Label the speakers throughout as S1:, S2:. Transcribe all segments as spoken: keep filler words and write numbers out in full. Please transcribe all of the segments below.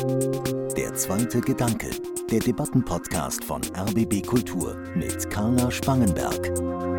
S1: Der zweite Gedanke, der Debattenpodcast von R B B Kultur mit Carla Spangenberg.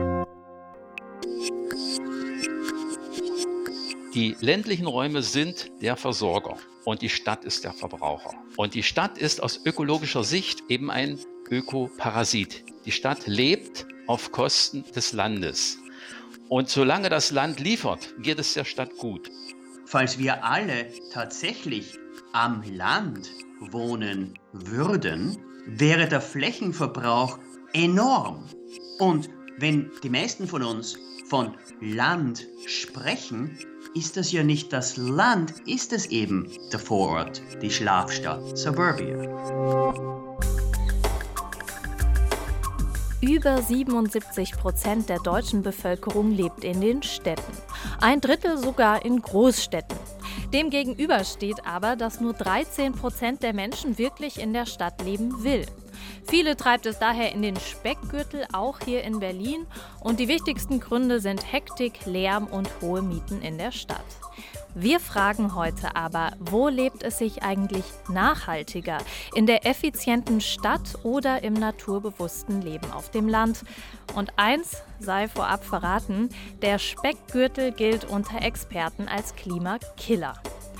S2: Die ländlichen Räume sind der Versorger und die Stadt ist der Verbraucher. Und die Stadt ist aus ökologischer Sicht eben ein Ökoparasit. Die Stadt lebt auf Kosten des Landes. Und solange das Land liefert, geht es der Stadt gut.
S3: Falls wir alle tatsächlich am Land wohnen würden, wäre der Flächenverbrauch enorm. Und wenn die meisten von uns von Land sprechen, ist das ja nicht das Land, ist es eben der Vorort, die Schlafstadt, Suburbia.
S4: Über siebenundsiebzig Prozent der deutschen Bevölkerung lebt in den Städten. Ein Drittel sogar in Großstädten. Demgegenüber steht aber, dass nur dreizehn Prozent der Menschen wirklich in der Stadt leben will. Viele treibt es daher in den Speckgürtel, auch hier in Berlin. Und die wichtigsten Gründe sind Hektik, Lärm und hohe Mieten in der Stadt. Wir fragen heute aber, wo lebt es sich eigentlich nachhaltiger? In der effizienten Stadt oder im naturbewussten Leben auf dem Land? Und eins sei vorab verraten, der Speckgürtel gilt unter Experten als Klimakiller.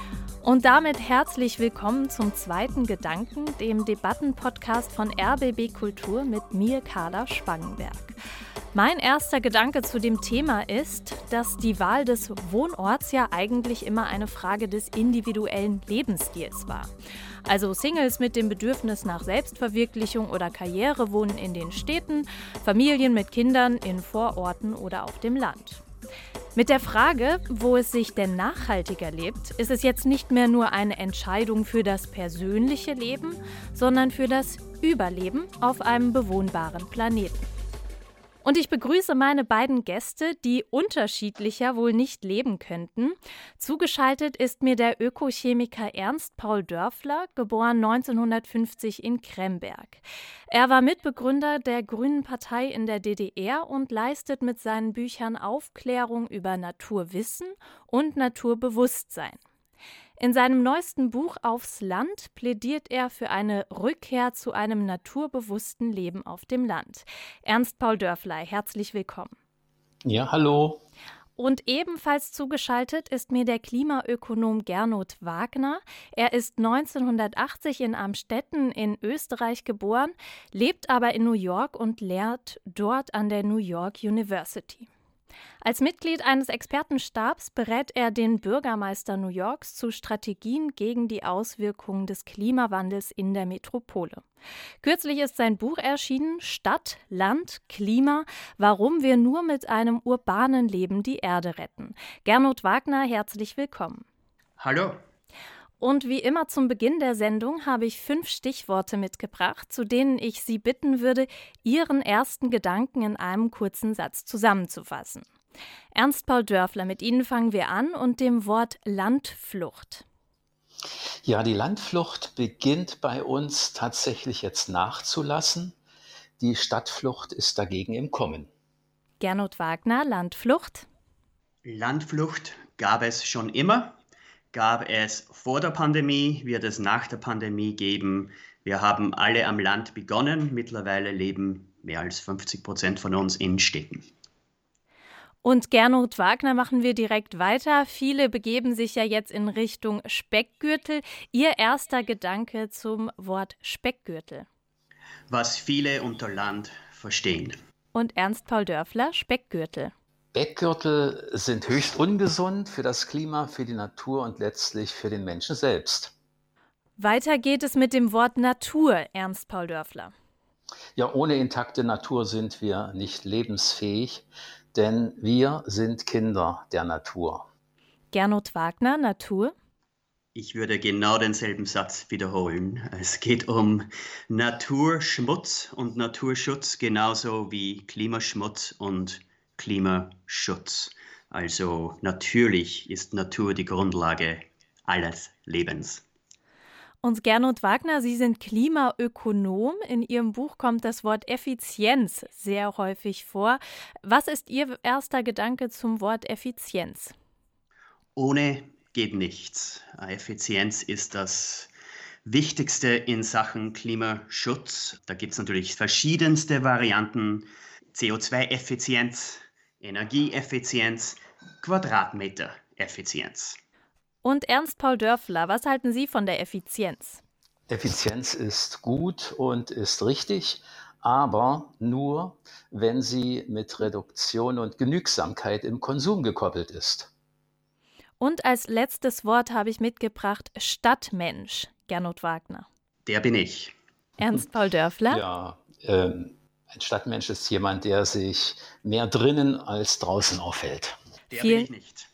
S4: Und damit herzlich willkommen zum zweiten Gedanken, dem Debattenpodcast von R B B Kultur mit mir, Carla Spangenberg. Mein erster Gedanke zu dem Thema ist, dass die Wahl des Wohnorts ja eigentlich immer eine Frage des individuellen Lebensstils war. Also Singles mit dem Bedürfnis nach Selbstverwirklichung oder Karriere wohnen in den Städten, Familien mit Kindern in Vororten oder auf dem Land. Mit der Frage, wo es sich denn nachhaltiger lebt, ist es jetzt nicht mehr nur eine Entscheidung für das persönliche Leben, sondern für das Überleben auf einem bewohnbaren Planeten. Und ich begrüße meine beiden Gäste, die unterschiedlicher wohl nicht leben könnten. Zugeschaltet ist mir der Ökochemiker Ernst Paul Dörfler, geboren neunzehnhundertfünfzig in Kremberg. Er war Mitbegründer der Grünen Partei in der D D R und leistet mit seinen Büchern Aufklärung über Naturwissen und Naturbewusstsein. In seinem neuesten Buch Aufs Land plädiert er für eine Rückkehr zu einem naturbewussten Leben auf dem Land. Ernst Paul Dörfler, herzlich willkommen.
S2: Ja, hallo.
S4: Und ebenfalls zugeschaltet ist mir der Klimaökonom Gernot Wagner. Er ist neunzehnhundertachtzig in Amstetten in Österreich geboren, lebt aber in New York und lehrt dort an der New York University. Als Mitglied eines Expertenstabs berät er den Bürgermeister New Yorks zu Strategien gegen die Auswirkungen des Klimawandels in der Metropole. Kürzlich ist sein Buch erschienen, Stadt, Land, Klima, warum wir nur mit einem urbanen Leben die Erde retten. Gernot Wagner, herzlich willkommen.
S3: Hallo.
S4: Und wie immer zum Beginn der Sendung habe ich fünf Stichworte mitgebracht, zu denen ich Sie bitten würde, Ihren ersten Gedanken in einem kurzen Satz zusammenzufassen. Ernst Paul Dörfler, mit Ihnen fangen wir an und dem Wort Landflucht.
S2: Ja, die Landflucht beginnt bei uns tatsächlich jetzt nachzulassen. Die Stadtflucht ist dagegen im Kommen.
S4: Gernot Wagner, Landflucht.
S3: Landflucht gab es schon immer. Gab es vor der Pandemie, wird es nach der Pandemie geben. Wir haben alle am Land begonnen. Mittlerweile leben mehr als fünfzig Prozent von uns in Städten.
S4: Und Gernot Wagner machen wir direkt weiter. Viele begeben sich ja jetzt in Richtung Speckgürtel. Ihr erster Gedanke zum Wort Speckgürtel?
S3: Was viele unter Land verstehen.
S4: Und Ernst Paul Dörfler, Speckgürtel?
S2: Speckgürtel sind höchst ungesund für das Klima, für die Natur und letztlich für den Menschen selbst.
S4: Weiter geht es mit dem Wort Natur, Ernst Paul Dörfler.
S2: Ja, ohne intakte Natur sind wir nicht lebensfähig, denn wir sind Kinder der Natur.
S4: Gernot Wagner, Natur?
S3: Ich würde genau denselben Satz wiederholen. Es geht um Naturschmutz und Naturschutz genauso wie Klimaschmutz und Klimaschutz. Also natürlich ist Natur die Grundlage alles Lebens.
S4: Und Gernot Wagner, Sie sind Klimaökonom. In Ihrem Buch kommt das Wort Effizienz sehr häufig vor. Was ist Ihr erster Gedanke zum Wort Effizienz?
S3: Ohne geht nichts. Effizienz ist das Wichtigste in Sachen Klimaschutz. Da gibt es natürlich verschiedenste Varianten. C O zwei Effizienz, Energieeffizienz, Quadratmeter-Effizienz.
S4: Und Ernst Paul Dörfler, was halten Sie von der Effizienz?
S2: Effizienz ist gut und ist richtig, aber nur, wenn sie mit Reduktion und Genügsamkeit im Konsum gekoppelt ist.
S4: Und als letztes Wort habe ich mitgebracht Stadtmensch, Gernot Wagner.
S3: Der bin ich.
S4: Ernst Paul Dörfler?
S2: Ja, ähm, ein Stadtmensch ist jemand, der sich mehr drinnen als draußen aufhält.
S3: Der
S4: Vielen-
S3: bin ich nicht.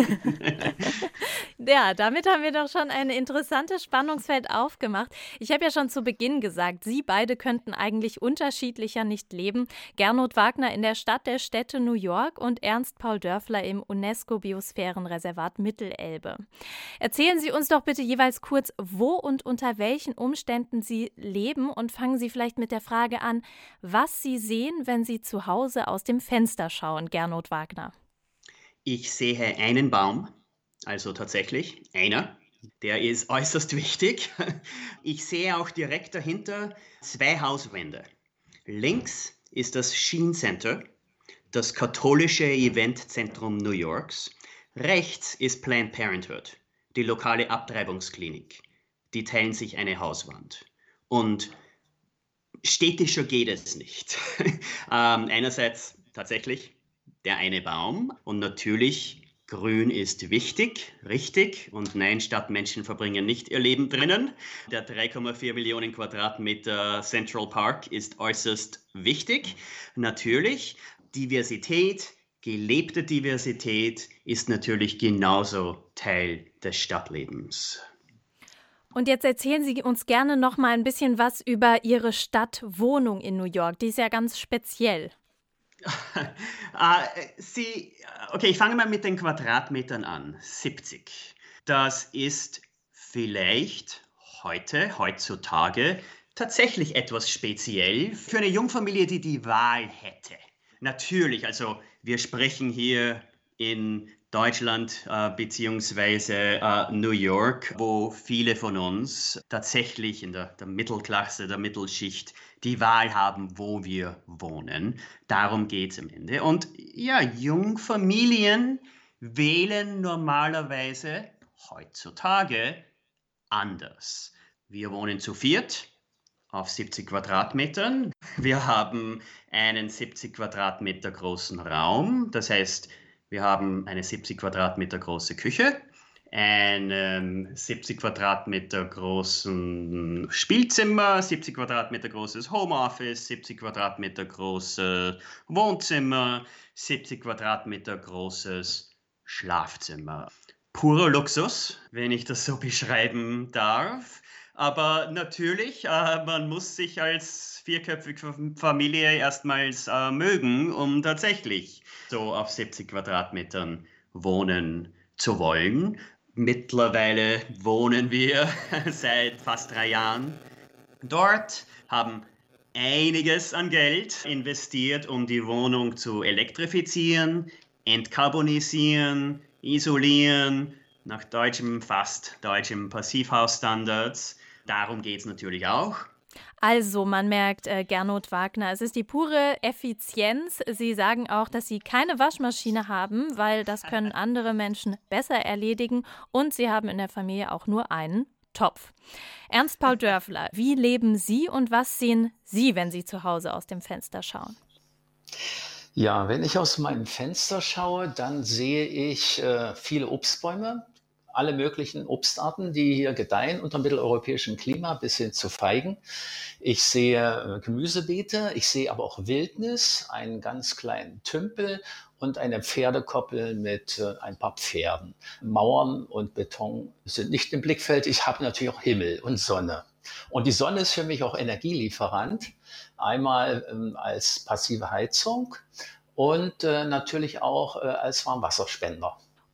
S4: Ja, damit haben wir doch schon ein interessantes Spannungsfeld aufgemacht. Ich habe ja schon zu Beginn gesagt, Sie beide könnten eigentlich unterschiedlicher nicht leben. Gernot Wagner in der Stadt der Städte New York und Ernst Paul Dörfler im UNESCO-Biosphärenreservat Mittelelbe. Erzählen Sie uns doch bitte jeweils kurz, wo und unter welchen Umständen Sie leben und fangen Sie vielleicht mit der Frage an, was Sie sehen, wenn Sie zu Hause aus dem Fenster schauen, Gernot Wagner.
S3: Ich sehe einen Baum, also tatsächlich einer. Der ist äußerst wichtig. Ich sehe auch direkt dahinter zwei Hauswände. Links ist das Sheen Center, das katholische Eventzentrum New Yorks. Rechts ist Planned Parenthood, die lokale Abtreibungsklinik. Die teilen sich eine Hauswand. Und städtischer geht es nicht. ähm, einerseits tatsächlich der eine Baum und natürlich Grün ist wichtig, richtig. Und nein, Stadtmenschen verbringen nicht ihr Leben drinnen. Der drei Komma vier Millionen Quadratmeter Central Park ist äußerst wichtig. Natürlich, Diversität, gelebte Diversität ist natürlich genauso Teil des Stadtlebens.
S4: Und jetzt erzählen Sie uns gerne noch mal ein bisschen was über Ihre Stadtwohnung in New York. Die ist ja ganz speziell.
S3: uh, Sie, okay, ich fange mal mit den Quadratmetern an. siebzig. Das ist vielleicht heute, heutzutage, tatsächlich etwas speziell für eine Jungfamilie, die die Wahl hätte. Natürlich, also wir sprechen hier in Deutschland äh, beziehungsweise äh, New York, wo viele von uns tatsächlich in der, der Mittelklasse, der Mittelschicht die Wahl haben, wo wir wohnen. Darum geht es am Ende. Und ja, Jungfamilien wählen normalerweise heutzutage anders. Wir wohnen zu viert auf siebzig Quadratmetern. Wir haben einen siebzig Quadratmeter großen Raum. Das heißt, wir haben eine siebzig Quadratmeter große Küche, einen siebzig Quadratmeter großen Spielzimmer, siebzig Quadratmeter großes Homeoffice, siebzig Quadratmeter großes Wohnzimmer, siebzig Quadratmeter großes Schlafzimmer. Purer Luxus, wenn ich das so beschreiben darf. Aber natürlich, äh, man muss sich als vierköpfige Familie erstmals äh, mögen, um tatsächlich so auf siebzig Quadratmetern wohnen zu wollen. Mittlerweile wohnen wir seit fast drei Jahren dort, haben einiges an Geld investiert, um die Wohnung zu elektrifizieren, entkarbonisieren, isolieren, nach deutschem, fast deutschem Passivhausstandards. Darum geht es natürlich auch.
S4: Also, man merkt, äh, Gernot Wagner, es ist die pure Effizienz. Sie sagen auch, dass Sie keine Waschmaschine haben, weil das können andere Menschen besser erledigen. Und Sie haben in der Familie auch nur einen Topf. Ernst Paul Dörfler, wie leben Sie und was sehen Sie, wenn Sie zu Hause aus dem Fenster schauen?
S2: Ja, wenn ich aus meinem Fenster schaue, dann sehe ich äh, viele Obstbäume, alle möglichen Obstarten, die hier gedeihen unter mitteleuropäischem Klima bis hin zu Feigen. Ich sehe äh, Gemüsebeete, ich sehe aber auch Wildnis, einen ganz kleinen Tümpel und eine Pferdekoppel mit äh, ein paar Pferden. Mauern und Beton sind nicht im Blickfeld. Ich habe natürlich auch Himmel und Sonne. Und die Sonne ist für mich auch Energielieferant, einmal ähm, als passive Heizung und äh, natürlich auch äh, als Warmwasserspender.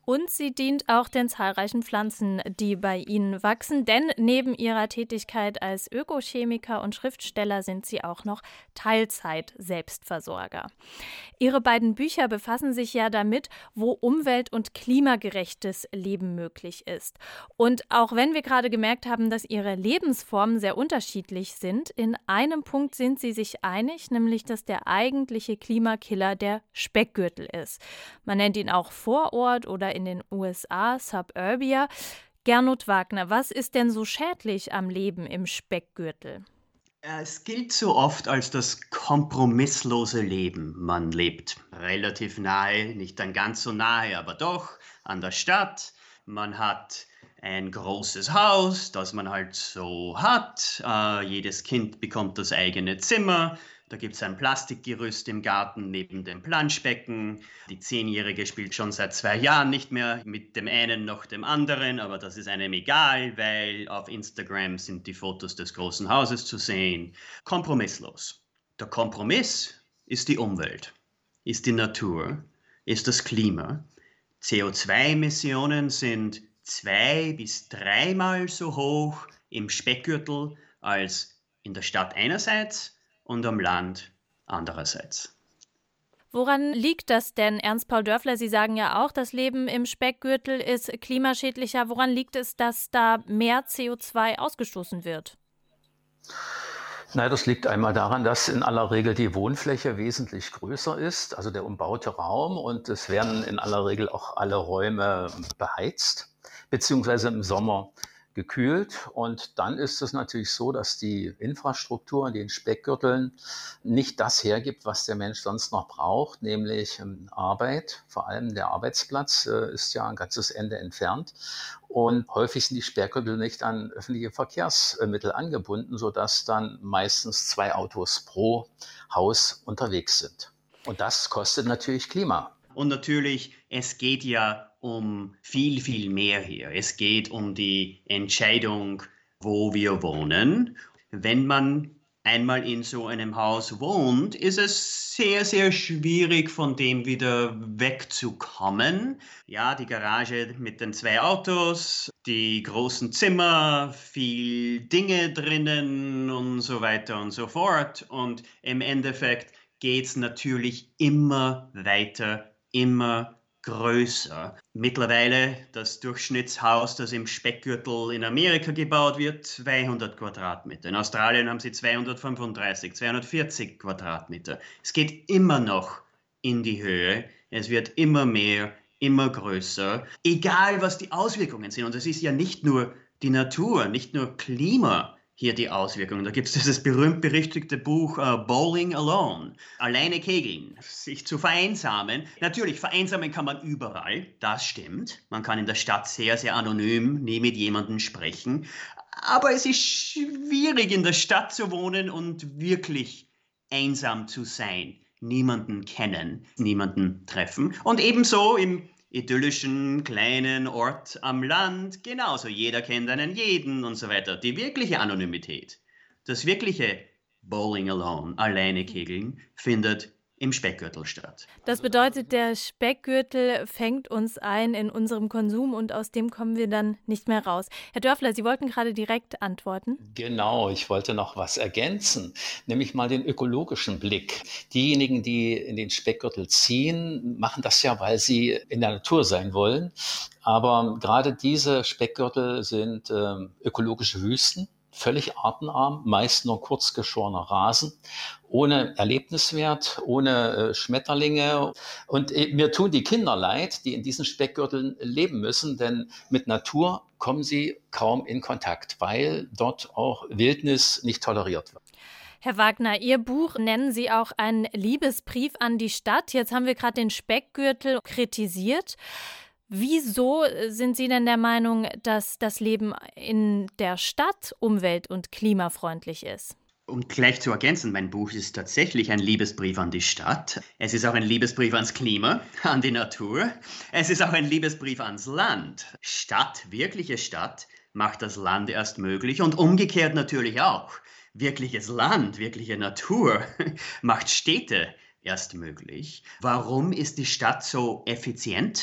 S4: Und sie dient auch den zahlreichen Pflanzen, die bei ihnen wachsen, denn neben ihrer Tätigkeit als Ökochemiker und Schriftsteller sind sie auch noch Teilzeit-Selbstversorger. Ihre beiden Bücher befassen sich ja damit, wo umwelt- und klimagerechtes Leben möglich ist. Und auch wenn wir gerade gemerkt haben, dass ihre Lebensformen sehr unterschiedlich sind, in einem Punkt sind sie sich einig, nämlich dass der eigentliche Klimakiller der Speckgürtel ist. Man nennt ihn auch Vorort oder in den U S A Suburbia. Gernot Wagner, was ist denn so schädlich am Leben im Speckgürtel?
S3: Es gilt so oft als das kompromisslose Leben. Man lebt relativ nahe, nicht dann ganz so nahe, aber doch an der Stadt. Man hat ein großes Haus, das man halt so hat. Äh, jedes Kind bekommt das eigene Zimmer. Da gibt es ein Plastikgerüst im Garten neben dem Planschbecken. Die Zehnjährige spielt schon seit zwei Jahren nicht mehr mit dem einen noch dem anderen, aber das ist einem egal, weil auf Instagram sind die Fotos des großen Hauses zu sehen. Kompromisslos. Der Kompromiss ist die Umwelt, ist die Natur, ist das Klima. C O zwei Emissionen sind zwei- bis dreimal so hoch im Speckgürtel als in der Stadt einerseits und am Land andererseits.
S4: Woran liegt das denn, Ernst Paul Dörfler? Sie sagen ja auch, das Leben im Speckgürtel ist klimaschädlicher. Woran liegt es, dass da mehr C O zwei ausgestoßen wird?
S2: Na, das liegt einmal daran, dass in aller Regel die Wohnfläche wesentlich größer ist, also der umbaute Raum, und es werden in aller Regel auch alle Räume beheizt, beziehungsweise im Sommer gekühlt. Und dann ist es natürlich so, dass die Infrastruktur in den Speckgürteln nicht das hergibt, was der Mensch sonst noch braucht, nämlich Arbeit. Vor allem der Arbeitsplatz äh, ist ja ein ganzes Ende entfernt. Und häufig sind die Speckgürtel nicht an öffentliche Verkehrsmittel angebunden, sodass dann meistens zwei Autos pro Haus unterwegs sind. Und das kostet natürlich Klima.
S3: Und natürlich, es geht ja um viel, viel mehr hier. Es geht um die Entscheidung, wo wir wohnen. Wenn man einmal in so einem Haus wohnt, ist es sehr, sehr schwierig, von dem wieder wegzukommen. Ja, die Garage mit den zwei Autos, die großen Zimmer, viel Dinge drinnen und so weiter und so fort. Und im Endeffekt geht es natürlich immer weiter, immer größer. Mittlerweile das Durchschnittshaus, das im Speckgürtel in Amerika gebaut wird, zweihundert Quadratmeter. In Australien haben sie zweihundertfünfunddreißig, zweihundertvierzig Quadratmeter. Es geht immer noch in die Höhe. Es wird immer mehr, immer größer. Egal, was die Auswirkungen sind. Und es ist ja nicht nur die Natur, nicht nur Klima, hier die Auswirkungen. Da gibt es dieses berühmt-berüchtigte Buch uh, Bowling Alone. Alleine kegeln, sich zu vereinsamen. Natürlich, vereinsamen kann man überall, das stimmt. Man kann in der Stadt sehr, sehr anonym, nie mit jemandem sprechen. Aber es ist schwierig, in der Stadt zu wohnen und wirklich einsam zu sein. Niemanden kennen, niemanden treffen. Und ebenso im idyllischen kleinen Ort am Land, genauso. Jeder kennt einen jeden und so weiter. Die wirkliche Anonymität, das wirkliche Bowling Alone, alleine kegeln, findet im Speckgürtel statt.
S4: Das bedeutet, der Speckgürtel fängt uns ein in unserem Konsum und aus dem kommen wir dann nicht mehr raus. Herr Dörfler, Sie wollten gerade direkt antworten.
S2: Genau, ich wollte noch was ergänzen, nämlich mal den ökologischen Blick. Diejenigen, die in den Speckgürtel ziehen, machen das ja, weil sie in der Natur sein wollen. Aber gerade diese Speckgürtel sind äh, ökologische Wüsten. Völlig artenarm, meist nur kurz geschorener Rasen, ohne Erlebniswert, ohne äh, Schmetterlinge. Und äh, mir tun die Kinder leid, die in diesen Speckgürteln leben müssen, denn mit Natur kommen sie kaum in Kontakt, weil dort auch Wildnis nicht toleriert wird.
S4: Herr Wagner, Ihr Buch nennen Sie auch einen Liebesbrief an die Stadt. Jetzt haben wir gerade den Speckgürtel kritisiert. Wieso sind Sie denn der Meinung, dass das Leben in der Stadt umwelt- und klimafreundlich ist?
S3: Um gleich zu ergänzen, mein Buch ist tatsächlich ein Liebesbrief an die Stadt. Es ist auch ein Liebesbrief ans Klima, an die Natur. Es ist auch ein Liebesbrief ans Land. Stadt, wirkliche Stadt, macht das Land erst möglich und umgekehrt natürlich auch. Wirkliches Land, wirkliche Natur macht Städte erst möglich. Warum ist die Stadt so effizient?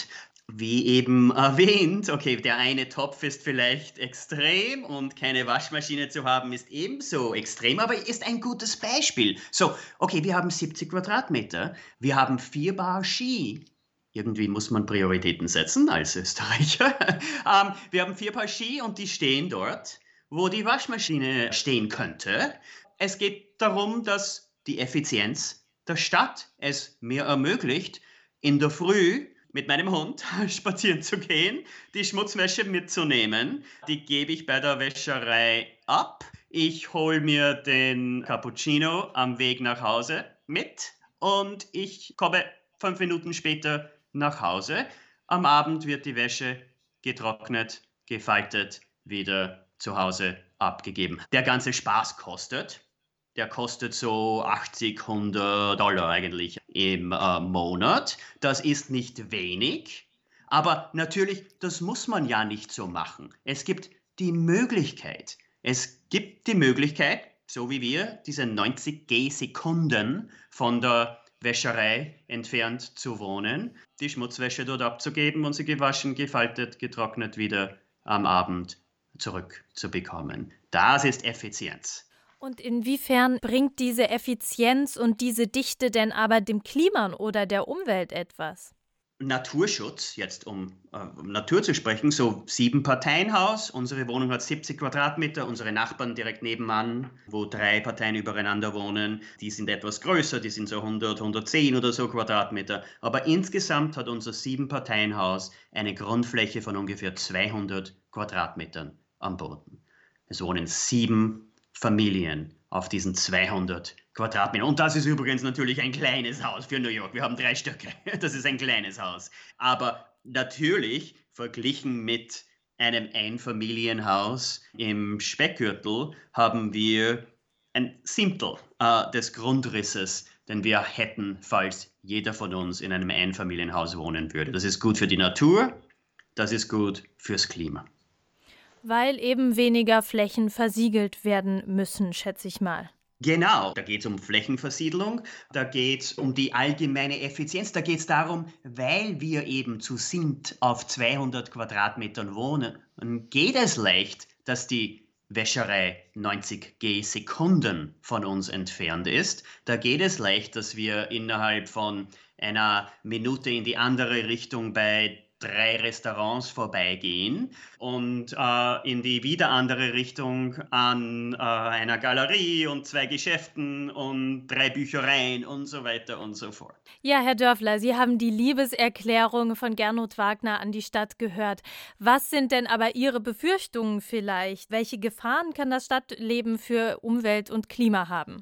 S3: Wie eben erwähnt, okay, der eine Topf ist vielleicht extrem und keine Waschmaschine zu haben ist ebenso extrem, aber ist ein gutes Beispiel. So, okay, wir haben siebzig Quadratmeter, wir haben vier Paar Ski. Irgendwie muss man Prioritäten setzen als Österreicher. ähm, wir haben vier Paar Ski und die stehen dort, wo die Waschmaschine stehen könnte. Es geht darum, dass die Effizienz der Stadt es mir ermöglicht, in der Früh mit meinem Hund spazieren zu gehen, die Schmutzwäsche mitzunehmen. Die gebe ich bei der Wäscherei ab. Ich hole mir den Cappuccino am Weg nach Hause mit und ich komme fünf Minuten später nach Hause. Am Abend wird die Wäsche getrocknet, gefaltet, wieder zu Hause abgegeben. Der ganze Spaß kostet. Der kostet so achtzig, hundert Dollar eigentlich im äh, Monat. Das ist nicht wenig, aber natürlich, das muss man ja nicht so machen. Es gibt die Möglichkeit, es gibt die Möglichkeit, so wie wir, diese neunzig G-Sekunden von der Wäscherei entfernt zu wohnen, die Schmutzwäsche dort abzugeben und sie gewaschen, gefaltet, getrocknet wieder am Abend zurückzubekommen. Das ist Effizienz.
S4: Und inwiefern bringt diese Effizienz und diese Dichte denn aber dem Klima oder der Umwelt etwas?
S3: Naturschutz, jetzt um, äh, um Natur zu sprechen, so Sieben-Parteien-Haus. Unsere Wohnung hat siebzig Quadratmeter, unsere Nachbarn direkt nebenan, wo drei Parteien übereinander wohnen, die sind etwas größer, die sind so hundert, hundertzehn oder so Quadratmeter. Aber insgesamt hat unser Sieben-Parteien-Haus eine Grundfläche von ungefähr zweihundert Quadratmetern am Boden. Es wohnen sieben Familien auf diesen zweihundert Quadratmetern. Und das ist übrigens natürlich ein kleines Haus für New York. Wir haben drei Stöcke. Das ist ein kleines Haus. Aber natürlich verglichen mit einem Einfamilienhaus im Speckgürtel haben wir ein Siebtel äh, des Grundrisses, den wir hätten, falls jeder von uns in einem Einfamilienhaus wohnen würde. Das ist gut für die Natur, das ist gut fürs Klima.
S4: Weil eben weniger Flächen versiegelt werden müssen, schätze ich mal.
S3: Genau, da geht es um Flächenversiedelung, da geht es um die allgemeine Effizienz, da geht es darum, weil wir eben zu siebt auf zweihundert Quadratmetern wohnen, geht es leicht, dass die Wäscherei neunzig G-Sekunden von uns entfernt ist. Da geht es leicht, dass wir innerhalb von einer Minute in die andere Richtung bei drei Restaurants vorbeigehen und äh, in die wieder andere Richtung an äh, einer Galerie und zwei Geschäften und drei Büchereien und so weiter und so fort.
S4: Ja, Herr Dörfler, Sie haben die Liebeserklärung von Gernot Wagner an die Stadt gehört. Was sind denn aber Ihre Befürchtungen vielleicht? Welche Gefahren kann das Stadtleben für Umwelt und Klima haben?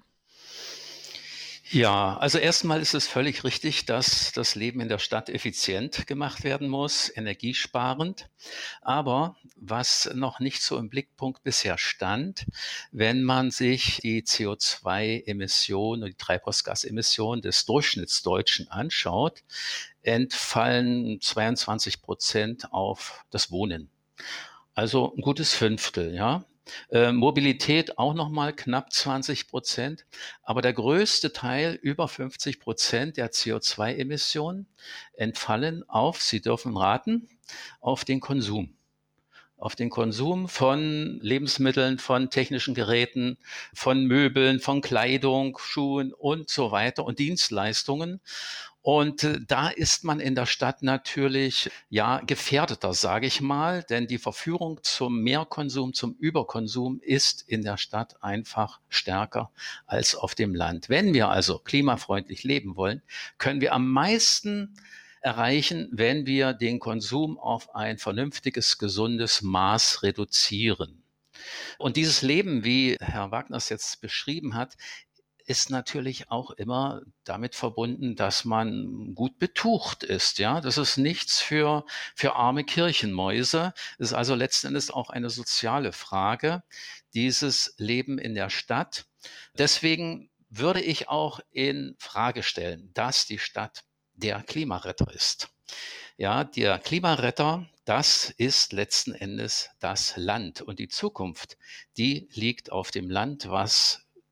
S2: Ja, also erstmal ist es völlig richtig, dass das Leben in der Stadt effizient gemacht werden muss, energiesparend. Aber was noch nicht so im Blickpunkt bisher stand, wenn man sich die C O zwei Emissionen und die Treibhausgasemissionen des Durchschnittsdeutschen anschaut, entfallen zweiundzwanzig Prozent auf das Wohnen. Also ein gutes Fünftel, ja. Äh, Mobilität auch nochmal knapp zwanzig Prozent, aber der größte Teil, über fünfzig Prozent der C O zwei Emissionen, entfallen auf, Sie dürfen raten, auf den Konsum. Auf den Konsum von Lebensmitteln, von technischen Geräten, von Möbeln, von Kleidung, Schuhen und so weiter und Dienstleistungen. Und äh, da ist man in der Stadt natürlich ja gefährdeter, sage ich mal, denn die Verführung zum Mehrkonsum, zum Überkonsum ist in der Stadt einfach stärker als auf dem Land. Wenn wir also klimafreundlich leben wollen, können wir am meisten erreichen, wenn wir den Konsum auf ein vernünftiges, gesundes Maß reduzieren. Und dieses Leben, wie Herr Wagner es jetzt beschrieben hat, ist natürlich auch immer damit verbunden, dass man gut betucht ist. Ja, das ist nichts für, für arme Kirchenmäuse. Es ist also letzten Endes auch eine soziale Frage, dieses Leben in der Stadt. Deswegen würde ich auch in Frage stellen, dass die Stadt der Klimaretter ist. Ja, der Klimaretter, das ist letzten Endes das Land. Und die Zukunft, die liegt auf dem Land, was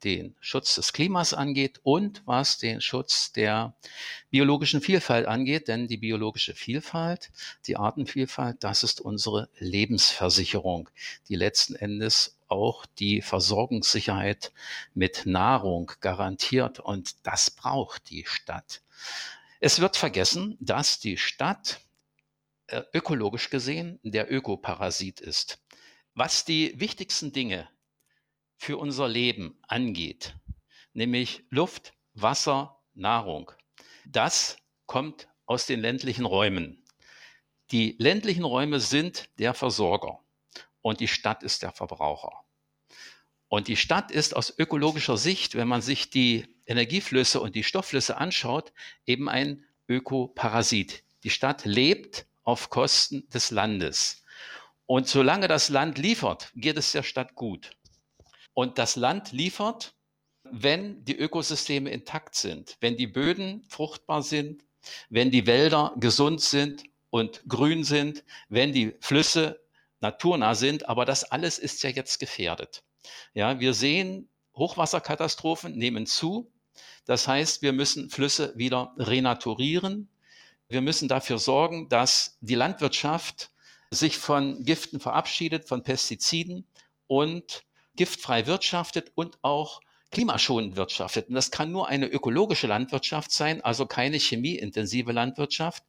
S2: den Schutz des Klimas angeht und was den Schutz der biologischen Vielfalt angeht. Denn die biologische Vielfalt, die Artenvielfalt, das ist unsere Lebensversicherung, die letzten Endes auch die Versorgungssicherheit mit Nahrung garantiert. Und das braucht die Stadt. Es wird vergessen, dass die Stadt äh, ökologisch gesehen der Ökoparasit ist. Was die wichtigsten Dinge für unser Leben angeht, nämlich Luft, Wasser, Nahrung, das kommt aus den ländlichen Räumen. Die ländlichen Räume sind der Versorger und die Stadt ist der Verbraucher. Und die Stadt ist aus ökologischer Sicht, wenn man sich die Energieflüsse und die Stoffflüsse anschaut, eben ein Ökoparasit. Die Stadt lebt auf Kosten des Landes. Und solange das Land liefert, geht es der Stadt gut. Und das Land liefert, wenn die Ökosysteme intakt sind, wenn die Böden fruchtbar sind, wenn die Wälder gesund sind und grün sind, wenn die Flüsse naturnah sind. Aber das alles ist ja jetzt gefährdet. Ja, wir sehen, Hochwasserkatastrophen nehmen zu. Das heißt, wir müssen Flüsse wieder renaturieren. Wir müssen dafür sorgen, dass die Landwirtschaft sich von Giften verabschiedet, von Pestiziden und giftfrei wirtschaftet und auch klimaschonend wirtschaftet. Und das kann nur eine ökologische Landwirtschaft sein, also keine chemieintensive Landwirtschaft.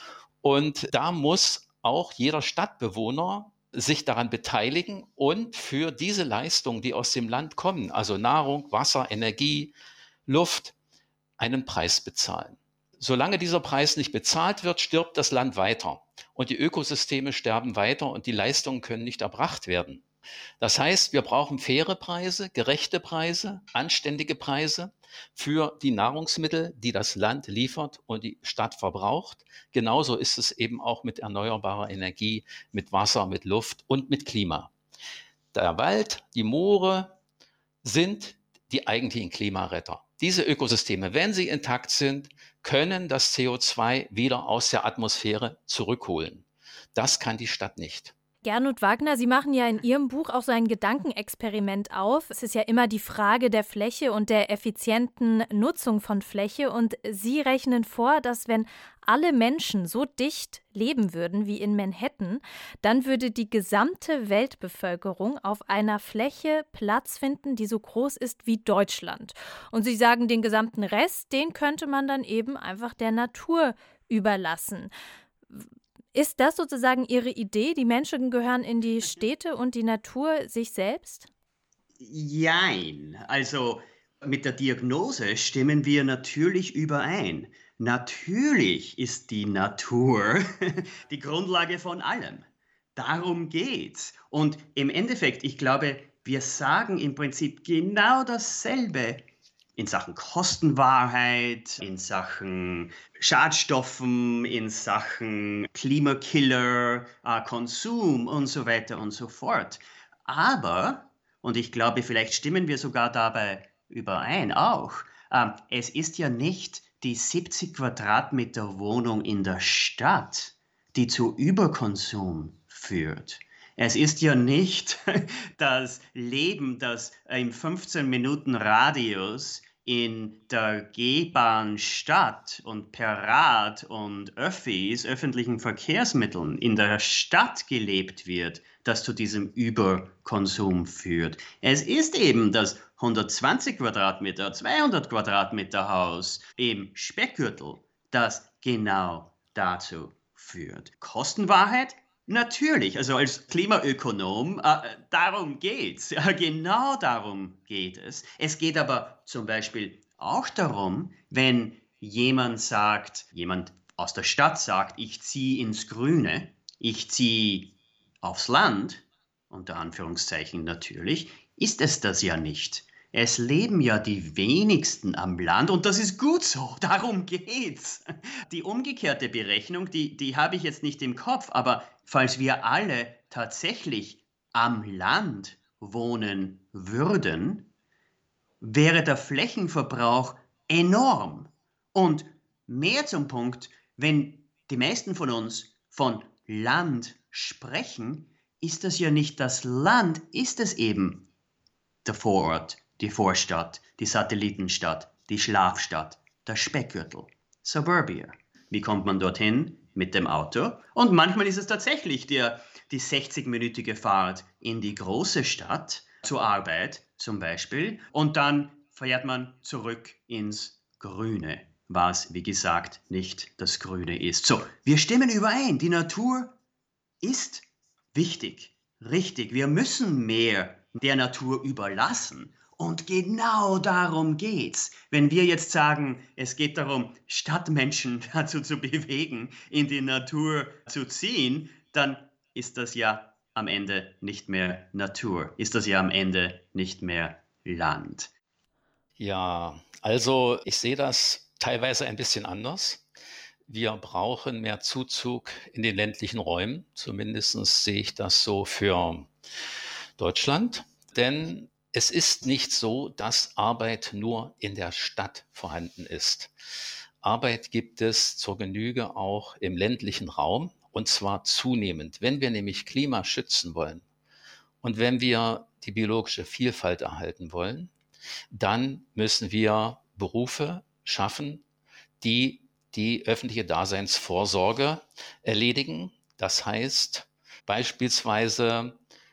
S2: Und da muss auch jeder Stadtbewohner sich daran beteiligen und für diese Leistungen, die aus dem Land kommen, also Nahrung, Wasser, Energie, Luft, einen Preis bezahlen. Solange dieser Preis nicht bezahlt wird, stirbt das Land weiter und die Ökosysteme sterben weiter und die Leistungen können nicht erbracht werden. Das heißt, wir brauchen faire Preise, gerechte Preise, anständige Preise für die Nahrungsmittel, die das Land liefert und die Stadt verbraucht. Genauso ist es eben auch mit erneuerbarer Energie, mit Wasser, mit Luft und mit Klima. Der Wald, die Moore sind die eigentlichen Klimaretter. Diese Ökosysteme, wenn sie intakt sind, können das C O zwei wieder aus der Atmosphäre zurückholen. Das kann die Stadt nicht.
S4: Gernot Wagner, Sie machen ja in Ihrem Buch auch so ein Gedankenexperiment auf. Es ist ja immer die Frage der Fläche und der effizienten Nutzung von Fläche. Und Sie rechnen vor, dass wenn alle Menschen so dicht leben würden wie in Manhattan, dann würde die gesamte Weltbevölkerung auf einer Fläche Platz finden, die so groß ist wie Deutschland. Und Sie sagen, den gesamten Rest, den könnte man dann eben einfach der Natur überlassen. Ist das sozusagen Ihre Idee? Die Menschen gehören in die Städte und die Natur sich selbst?
S3: Jein. Also mit der Diagnose stimmen wir natürlich überein. Natürlich ist die Natur die Grundlage von allem. Darum geht's. Und im Endeffekt, ich glaube, wir sagen im Prinzip genau dasselbe in Sachen Kostenwahrheit, in Sachen Schadstoffen, in Sachen Klimakiller, äh, Konsum und so weiter und so fort. Aber, und ich glaube, vielleicht stimmen wir sogar dabei überein auch, äh, es ist ja nicht die siebzig Quadratmeter Wohnung in der Stadt, die zu Überkonsum führt. Es ist ja nicht das Leben, das im fünfzehn Minuten Radius in der G-Bahn-Stadt und per Rad und Öffis, öffentlichen Verkehrsmitteln in der Stadt gelebt wird, das zu diesem Überkonsum führt. Es ist eben das hundertzwanzig Quadratmeter, zweihundert Quadratmeter Haus im Speckgürtel, das genau dazu führt. Kostenwahrheit? Natürlich, also als Klimaökonom, äh, darum geht's. Ja, genau darum geht es. Es geht aber zum Beispiel auch darum, wenn jemand sagt, jemand aus der Stadt sagt, ich ziehe ins Grüne, ich ziehe aufs Land, unter Anführungszeichen natürlich, ist es das ja nicht. Es leben ja die wenigsten am Land und das ist gut so, darum geht's. Die umgekehrte Berechnung, die, die habe ich jetzt nicht im Kopf, aber falls wir alle tatsächlich am Land wohnen würden, wäre der Flächenverbrauch enorm. Und mehr zum Punkt, wenn die meisten von uns von Land sprechen, ist das ja nicht das Land, ist es eben der Vorort, die Vorstadt, die Satellitenstadt, die Schlafstadt, das Speckgürtel, Suburbia. Wie kommt man dorthin? Mit dem Auto. Und manchmal ist es tatsächlich der, die sechzig-minütige Fahrt in die große Stadt, zur Arbeit zum Beispiel. Und dann fährt man zurück ins Grüne, was, wie gesagt, nicht das Grüne ist. So, wir stimmen überein. Die Natur ist wichtig, richtig. Wir müssen mehr der Natur überlassen. Und genau darum geht's. Wenn wir jetzt sagen, es geht darum, Stadtmenschen dazu zu bewegen, in die Natur zu ziehen, dann ist das ja am Ende nicht mehr Natur. Ist das ja am Ende nicht mehr Land.
S2: Ja, also ich sehe das teilweise ein bisschen anders. Wir brauchen mehr Zuzug in den ländlichen Räumen. Zumindest sehe ich das so für Deutschland. Denn es ist nicht so, dass Arbeit nur in der Stadt vorhanden ist. Arbeit gibt es zur Genüge auch im ländlichen Raum, und zwar zunehmend. Wenn wir nämlich Klima schützen wollen und wenn wir die biologische Vielfalt erhalten wollen, dann müssen wir Berufe schaffen, die die öffentliche Daseinsvorsorge erledigen. Das heißt beispielsweise,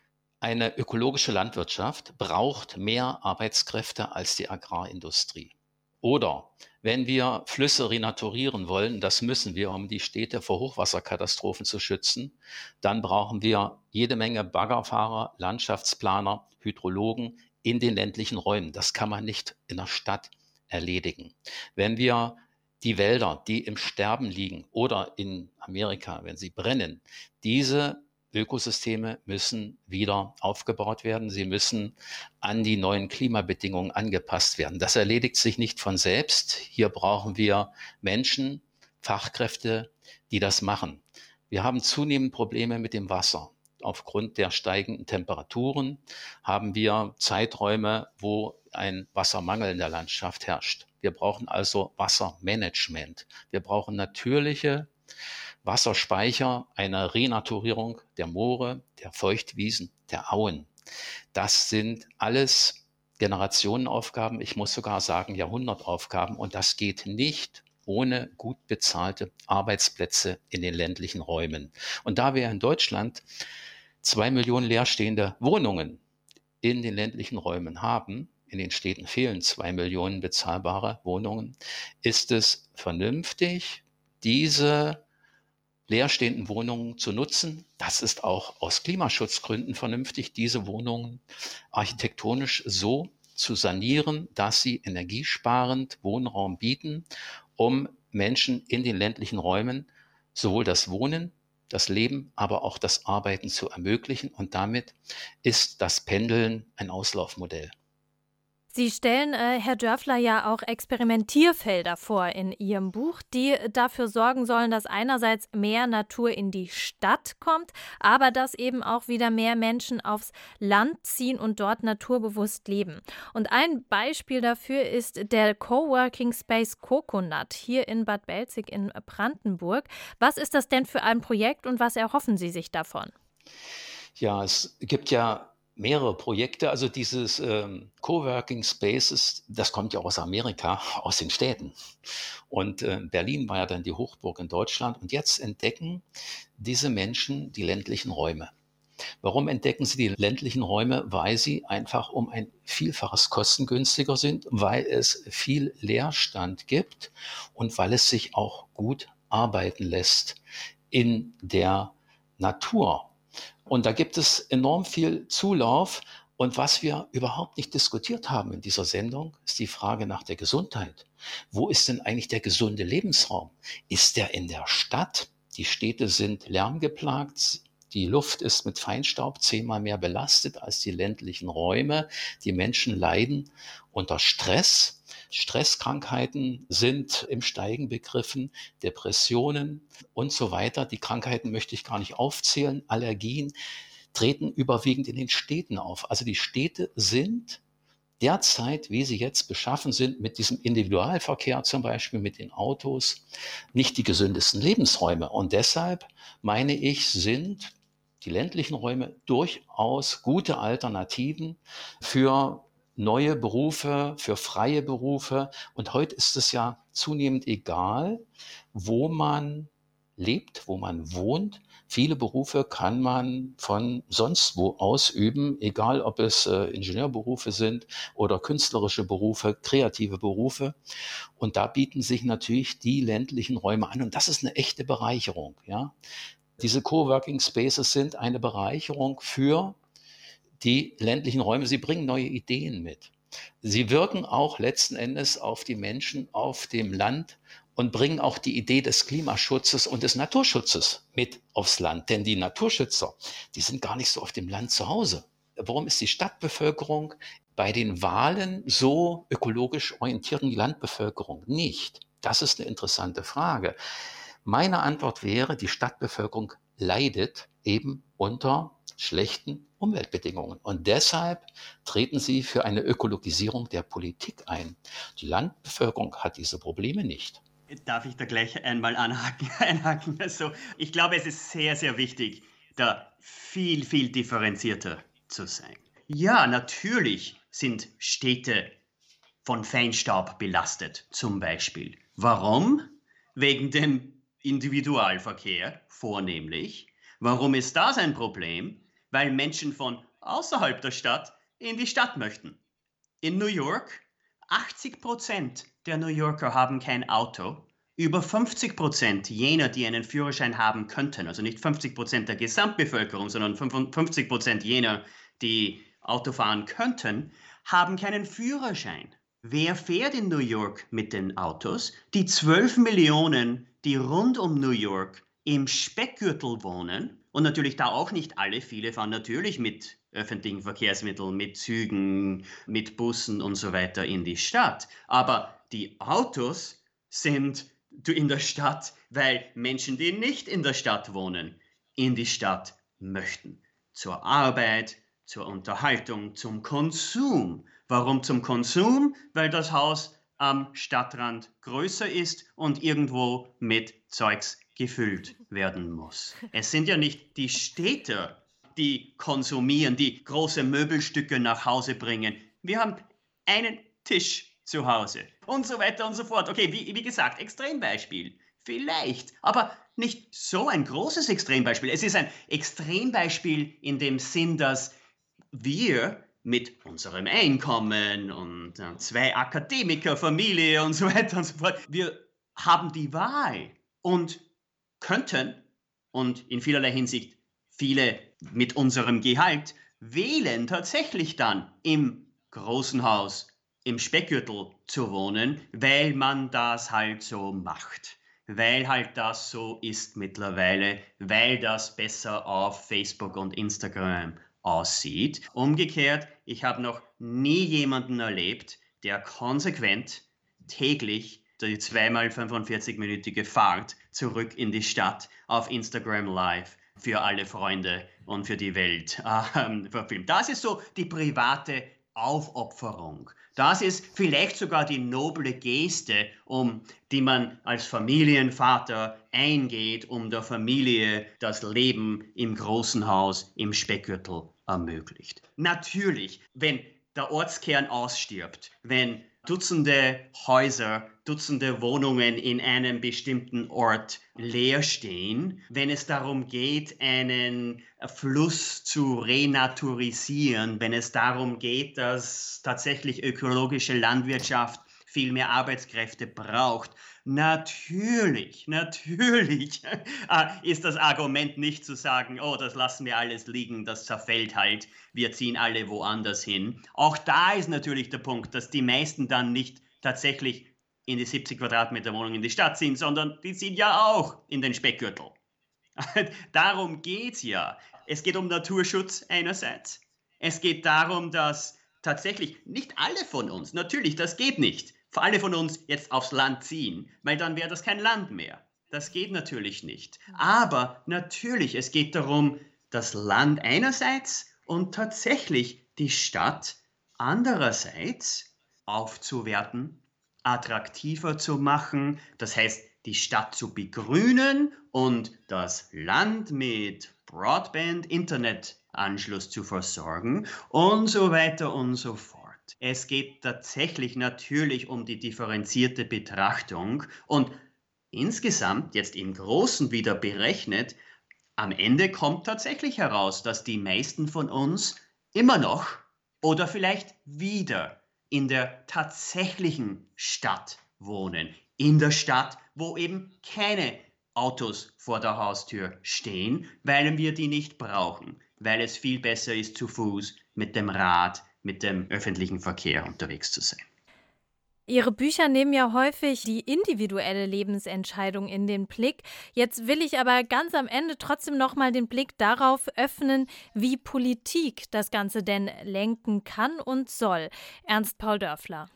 S2: eine ökologische Landwirtschaft braucht mehr Arbeitskräfte als die Agrarindustrie. Oder wenn wir Flüsse renaturieren wollen, das müssen wir, um die Städte vor Hochwasserkatastrophen zu schützen, dann brauchen wir jede Menge Baggerfahrer, Landschaftsplaner, Hydrologen in den ländlichen Räumen. Das kann man nicht in der Stadt erledigen. Wenn wir die Wälder, die im Sterben liegen, oder in Amerika, wenn sie brennen, diese Ökosysteme müssen wieder aufgebaut werden. Sie müssen an die neuen Klimabedingungen angepasst werden. Das erledigt sich nicht von selbst. Hier brauchen wir Menschen, Fachkräfte, die das machen. Wir haben zunehmend Probleme mit dem Wasser. Aufgrund der steigenden Temperaturen haben wir Zeiträume, wo ein Wassermangel in der Landschaft herrscht. Wir brauchen also Wassermanagement. Wir brauchen natürliche Wasserspeicher, eine Renaturierung der Moore, der Feuchtwiesen, der Auen. Das sind alles Generationenaufgaben, ich muss sogar sagen Jahrhundertaufgaben, und das geht nicht ohne gut bezahlte Arbeitsplätze in den ländlichen Räumen. Und da wir in Deutschland zwei Millionen leerstehende Wohnungen in den ländlichen Räumen haben, in den Städten fehlen zwei Millionen bezahlbare Wohnungen, ist es vernünftig, diese leerstehenden Wohnungen zu nutzen. Das ist auch aus Klimaschutzgründen vernünftig, diese Wohnungen architektonisch so zu sanieren, dass sie energiesparend Wohnraum bieten, um Menschen in den ländlichen Räumen sowohl das Wohnen, das Leben, aber auch das Arbeiten zu ermöglichen. Und damit ist das Pendeln ein Auslaufmodell.
S4: Sie stellen, äh, Herr Dörfler, ja auch Experimentierfelder vor in Ihrem Buch, die dafür sorgen sollen, dass einerseits mehr Natur in die Stadt kommt, aber dass eben auch wieder mehr Menschen aufs Land ziehen und dort naturbewusst leben. Und ein Beispiel dafür ist der Coworking Space Coconut hier in Bad Belzig in Brandenburg. Was ist das denn für ein Projekt und was erhoffen Sie sich davon?
S2: Ja, es gibt ja mehrere Projekte, also dieses ähm, Coworking Spaces, das kommt ja aus Amerika, aus den Städten. Und äh, Berlin war ja dann die Hochburg in Deutschland. Und jetzt entdecken diese Menschen die ländlichen Räume. Warum entdecken sie die ländlichen Räume? Weil sie einfach um ein Vielfaches kostengünstiger sind, weil es viel Leerstand gibt und weil es sich auch gut arbeiten lässt in der Natur. Und da gibt es enorm viel Zulauf. Und was wir überhaupt nicht diskutiert haben in dieser Sendung, ist die Frage nach der Gesundheit. Wo ist denn eigentlich der gesunde Lebensraum? Ist der in der Stadt? Die Städte sind lärmgeplagt. Die Luft ist mit Feinstaub zehnmal mehr belastet als die ländlichen Räume. Die Menschen leiden unter Stress. Stresskrankheiten sind im Steigen begriffen, Depressionen und so weiter. Die Krankheiten möchte ich gar nicht aufzählen. Allergien treten überwiegend in den Städten auf. Also die Städte sind derzeit, wie sie jetzt beschaffen sind, mit diesem Individualverkehr zum Beispiel, mit den Autos, nicht die gesündesten Lebensräume. Und deshalb, meine ich, sind die ländlichen Räume durchaus gute Alternativen für neue Berufe, für freie Berufe. Und heute ist es ja zunehmend egal, wo man lebt, wo man wohnt. Viele Berufe kann man von sonst wo ausüben, egal ob es äh, Ingenieurberufe sind oder künstlerische Berufe, kreative Berufe. Und da bieten sich natürlich die ländlichen Räume an. Und das ist eine echte Bereicherung. Ja? Diese Coworking Spaces sind eine Bereicherung für die ländlichen Räume. Sie bringen neue Ideen mit. Sie wirken auch letzten Endes auf die Menschen auf dem Land und bringen auch die Idee des Klimaschutzes und des Naturschutzes mit aufs Land. Denn die Naturschützer, die sind gar nicht so auf dem Land zu Hause. Warum ist die Stadtbevölkerung bei den Wahlen so ökologisch orientiert und die Landbevölkerung nicht? Das ist eine interessante Frage. Meine Antwort wäre, die Stadtbevölkerung leidet eben unter schlechten Umweltbedingungen. Und deshalb treten sie für eine Ökologisierung der Politik ein. Die Landbevölkerung hat diese Probleme nicht.
S3: Darf ich da gleich einmal anhaken? einhaken? Also, ich glaube, es ist sehr, sehr wichtig, da viel, viel differenzierter zu sein. Ja, natürlich sind Städte von Feinstaub belastet, zum Beispiel. Warum? Wegen dem Individualverkehr vornehmlich. Warum ist das ein Problem? Weil Menschen von außerhalb der Stadt in die Stadt möchten. In New York, achtzig Prozent der New Yorker haben kein Auto. Über fünfzig Prozent jener, die einen Führerschein haben könnten, also nicht fünfzig Prozent der Gesamtbevölkerung, sondern fünfundfünfzig Prozent jener, die Auto fahren könnten, haben keinen Führerschein. Wer fährt in New York mit den Autos? Die zwölf Millionen, die rund um New York im Speckgürtel wohnen, und natürlich da auch nicht alle, viele fahren natürlich mit öffentlichen Verkehrsmitteln, mit Zügen, mit Bussen und so weiter in die Stadt. Aber die Autos sind in der Stadt, weil Menschen, die nicht in der Stadt wohnen, in die Stadt möchten. Zur Arbeit, zur Unterhaltung, zum Konsum. Warum zum Konsum? Weil das Haus am Stadtrand größer ist und irgendwo mit Zeugs gefüllt werden muss. Es sind ja nicht die Städter, die konsumieren, die große Möbelstücke nach Hause bringen. Wir haben einen Tisch zu Hause und so weiter und so fort. Okay, wie, wie gesagt, Extrembeispiel. Vielleicht, aber nicht so ein großes Extrembeispiel. Es ist ein Extrembeispiel in dem Sinn, dass wir mit unserem Einkommen und äh, zwei Akademiker, Familie und so weiter und so fort, wir haben die Wahl und könnten, und in vielerlei Hinsicht viele mit unserem Gehalt, wählen tatsächlich dann im großen Haus, im Speckgürtel zu wohnen, weil man das halt so macht. Weil halt das so ist mittlerweile, weil das besser auf Facebook und Instagram aussieht. Umgekehrt, ich habe noch nie jemanden erlebt, der konsequent täglich die zweimal fünfundvierzig-minütige Fahrt zurück in die Stadt auf Instagram Live für alle Freunde und für die Welt ähm, verfilmt. Das ist so die private Aufopferung. Das ist vielleicht sogar die noble Geste, um die man als Familienvater eingeht, um der Familie das Leben im großen Haus im Speckgürtel ermöglicht. Natürlich, wenn der Ortskern ausstirbt, wenn Dutzende Häuser, Dutzende Wohnungen in einem bestimmten Ort leer stehen, wenn es darum geht, einen Fluss zu renaturisieren, wenn es darum geht, dass tatsächlich ökologische Landwirtschaft viel mehr Arbeitskräfte braucht. Natürlich, natürlich ist das Argument nicht zu sagen, oh, das lassen wir alles liegen, das zerfällt halt, wir ziehen alle woanders hin. Auch da ist natürlich der Punkt, dass die meisten dann nicht tatsächlich in die siebzig Quadratmeter Wohnung in die Stadt ziehen, sondern die ziehen ja auch in den Speckgürtel. Darum geht's ja. Es geht um Naturschutz einerseits. Es geht darum, dass tatsächlich nicht alle von uns, natürlich, das geht nicht, alle von uns jetzt aufs Land ziehen, weil dann wäre das kein Land mehr. Das geht natürlich nicht. Aber natürlich, es geht darum, das Land einerseits und tatsächlich die Stadt andererseits aufzuwerten, attraktiver zu machen, das heißt, die Stadt zu begrünen und das Land mit Broadband-Internetanschluss zu versorgen und so weiter und so fort. Es geht tatsächlich natürlich um die differenzierte Betrachtung und insgesamt, jetzt im Großen wieder berechnet, am Ende kommt tatsächlich heraus, dass die meisten von uns immer noch oder vielleicht wieder in der tatsächlichen Stadt wohnen. In der Stadt, wo eben keine Autos vor der Haustür stehen, weil wir die nicht brauchen, weil es viel besser ist, zu Fuß, mit dem Rad, mit dem öffentlichen Verkehr unterwegs zu sein.
S4: Ihre Bücher nehmen ja häufig die individuelle Lebensentscheidung in den Blick. Jetzt will ich aber ganz am Ende trotzdem noch mal den Blick darauf öffnen, wie Politik das Ganze denn lenken kann und soll. Ernst Paul Dörfler.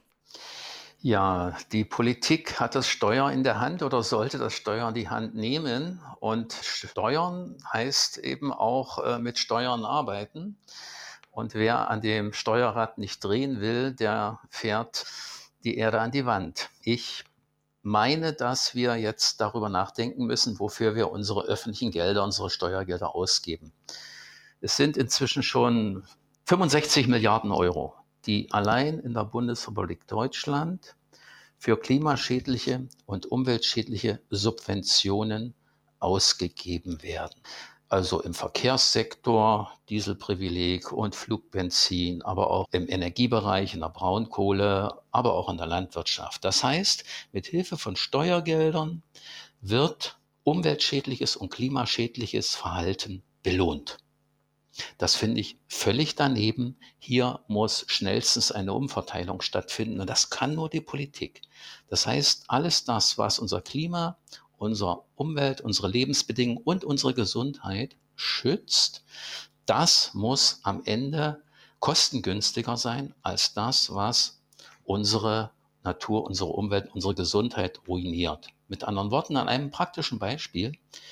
S2: Ja, die Politik hat das Steuer in der Hand oder sollte das Steuer in die Hand nehmen. Und Steuern heißt eben auch äh, mit Steuern arbeiten. Und wer an dem Steuerrad nicht drehen will, der fährt die Erde an die Wand. Ich meine, dass wir jetzt darüber nachdenken müssen, wofür wir unsere öffentlichen Gelder, unsere Steuergelder ausgeben. Es sind inzwischen schon fünfundsechzig Milliarden Euro, die allein in der Bundesrepublik Deutschland für klimaschädliche und umweltschädliche Subventionen ausgegeben werden. Also im Verkehrssektor, Dieselprivileg und Flugbenzin, aber auch im Energiebereich, in der Braunkohle, aber auch in der Landwirtschaft. Das heißt, mit Hilfe von Steuergeldern wird umweltschädliches und klimaschädliches Verhalten belohnt. Das finde ich völlig daneben. Hier muss schnellstens eine Umverteilung stattfinden und das kann nur die Politik. Das heißt, alles das, was unser Klima, unsere Umwelt, unsere Lebensbedingungen und unsere Gesundheit schützt, das muss am Ende kostengünstiger sein als das, was unsere Natur, unsere Umwelt, unsere Gesundheit ruiniert. Mit anderen Worten, an einem praktischen Beispiel: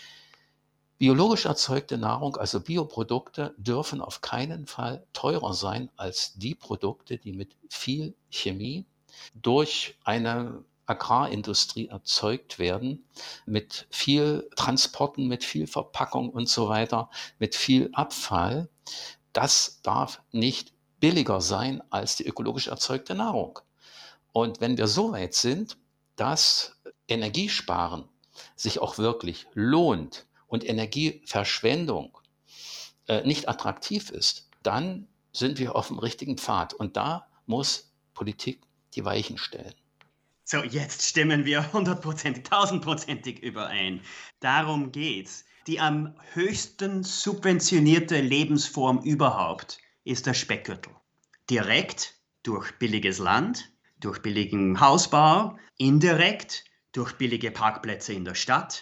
S2: Biologisch erzeugte Nahrung, also Bioprodukte, dürfen auf keinen Fall teurer sein als die Produkte, die mit viel Chemie durch eine Agrarindustrie erzeugt werden, mit viel Transporten, mit viel Verpackung und so weiter, mit viel Abfall. Das darf nicht billiger sein als die ökologisch erzeugte Nahrung. Und wenn wir so weit sind, dass Energiesparen sich auch wirklich lohnt und Energieverschwendung äh, nicht attraktiv ist, dann sind wir auf dem richtigen Pfad. Und da muss Politik die Weichen stellen.
S3: So, jetzt stimmen wir hundertprozentig, tausendprozentig überein. Darum geht's. Die am höchsten subventionierte Lebensform überhaupt ist der Speckgürtel. Direkt durch billiges Land, durch billigen Hausbau, indirekt durch billige Parkplätze in der Stadt,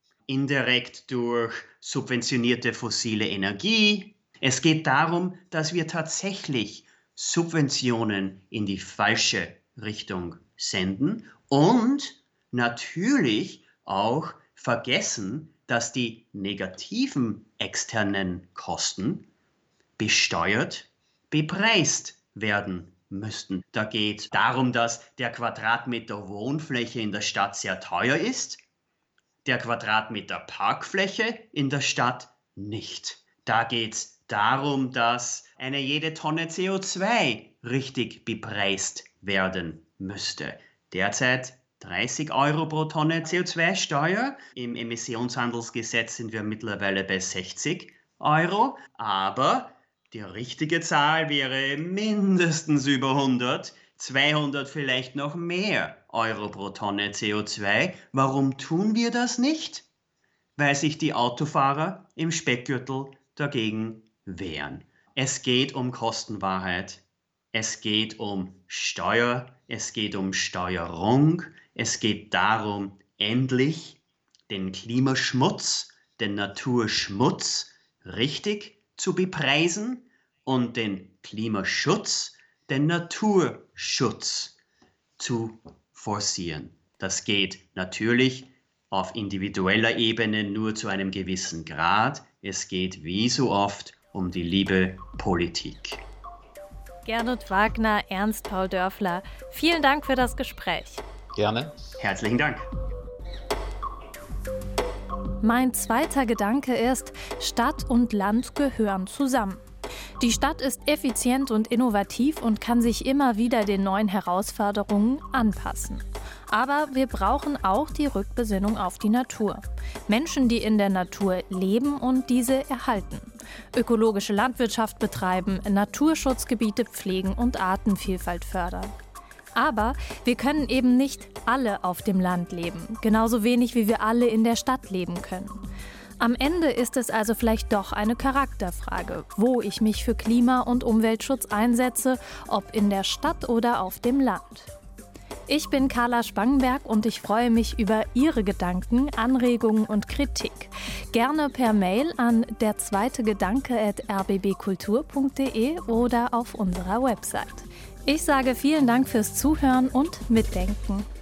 S3: indirekt durch subventionierte fossile Energie. Es geht darum, dass wir tatsächlich Subventionen in die falsche Richtung senden und natürlich auch vergessen, dass die negativen externen Kosten besteuert, bepreist werden müssten. Da geht es darum, dass der Quadratmeter Wohnfläche in der Stadt sehr teuer ist, der Quadratmeter Parkfläche in der Stadt nicht. Da geht es darum, dass eine jede Tonne C O zwei richtig bepreist werden müsste. Derzeit dreißig Euro pro Tonne C O zwei Steuer. Im Emissionshandelsgesetz sind wir mittlerweile bei sechzig Euro. Aber die richtige Zahl wäre mindestens über hundert, zweihundert vielleicht noch mehr Euro pro Tonne C O zwei. Warum tun wir das nicht? Weil sich die Autofahrer im Speckgürtel dagegen wehren. Es geht um Kostenwahrheit. Es geht um Steuer, es geht um Steuerung, es geht darum, endlich den Klimaschmutz, den Naturschmutz richtig zu bepreisen und den Klimaschutz, den Naturschutz zu forcieren. Das geht natürlich auf individueller Ebene nur zu einem gewissen Grad. Es geht wie so oft um die liebe Politik.
S4: Gernot Wagner, Ernst Paul Dörfler, vielen Dank für das Gespräch.
S2: Gerne.
S3: Herzlichen Dank.
S4: Mein zweiter Gedanke ist, Stadt und Land gehören zusammen. Die Stadt ist effizient und innovativ und kann sich immer wieder den neuen Herausforderungen anpassen. Aber wir brauchen auch die Rückbesinnung auf die Natur. Menschen, die in der Natur leben und diese erhalten. Ökologische Landwirtschaft betreiben, Naturschutzgebiete pflegen und Artenvielfalt fördern. Aber wir können eben nicht alle auf dem Land leben, genauso wenig wie wir alle in der Stadt leben können. Am Ende ist es also vielleicht doch eine Charakterfrage, wo ich mich für Klima- und Umweltschutz einsetze, ob in der Stadt oder auf dem Land. Ich bin Carla Spangenberg und ich freue mich über Ihre Gedanken, Anregungen und Kritik. Gerne per Mail an der zweite Gedanke at r b b kultur punkt d e oder auf unserer Website. Ich sage vielen Dank fürs Zuhören und Mitdenken.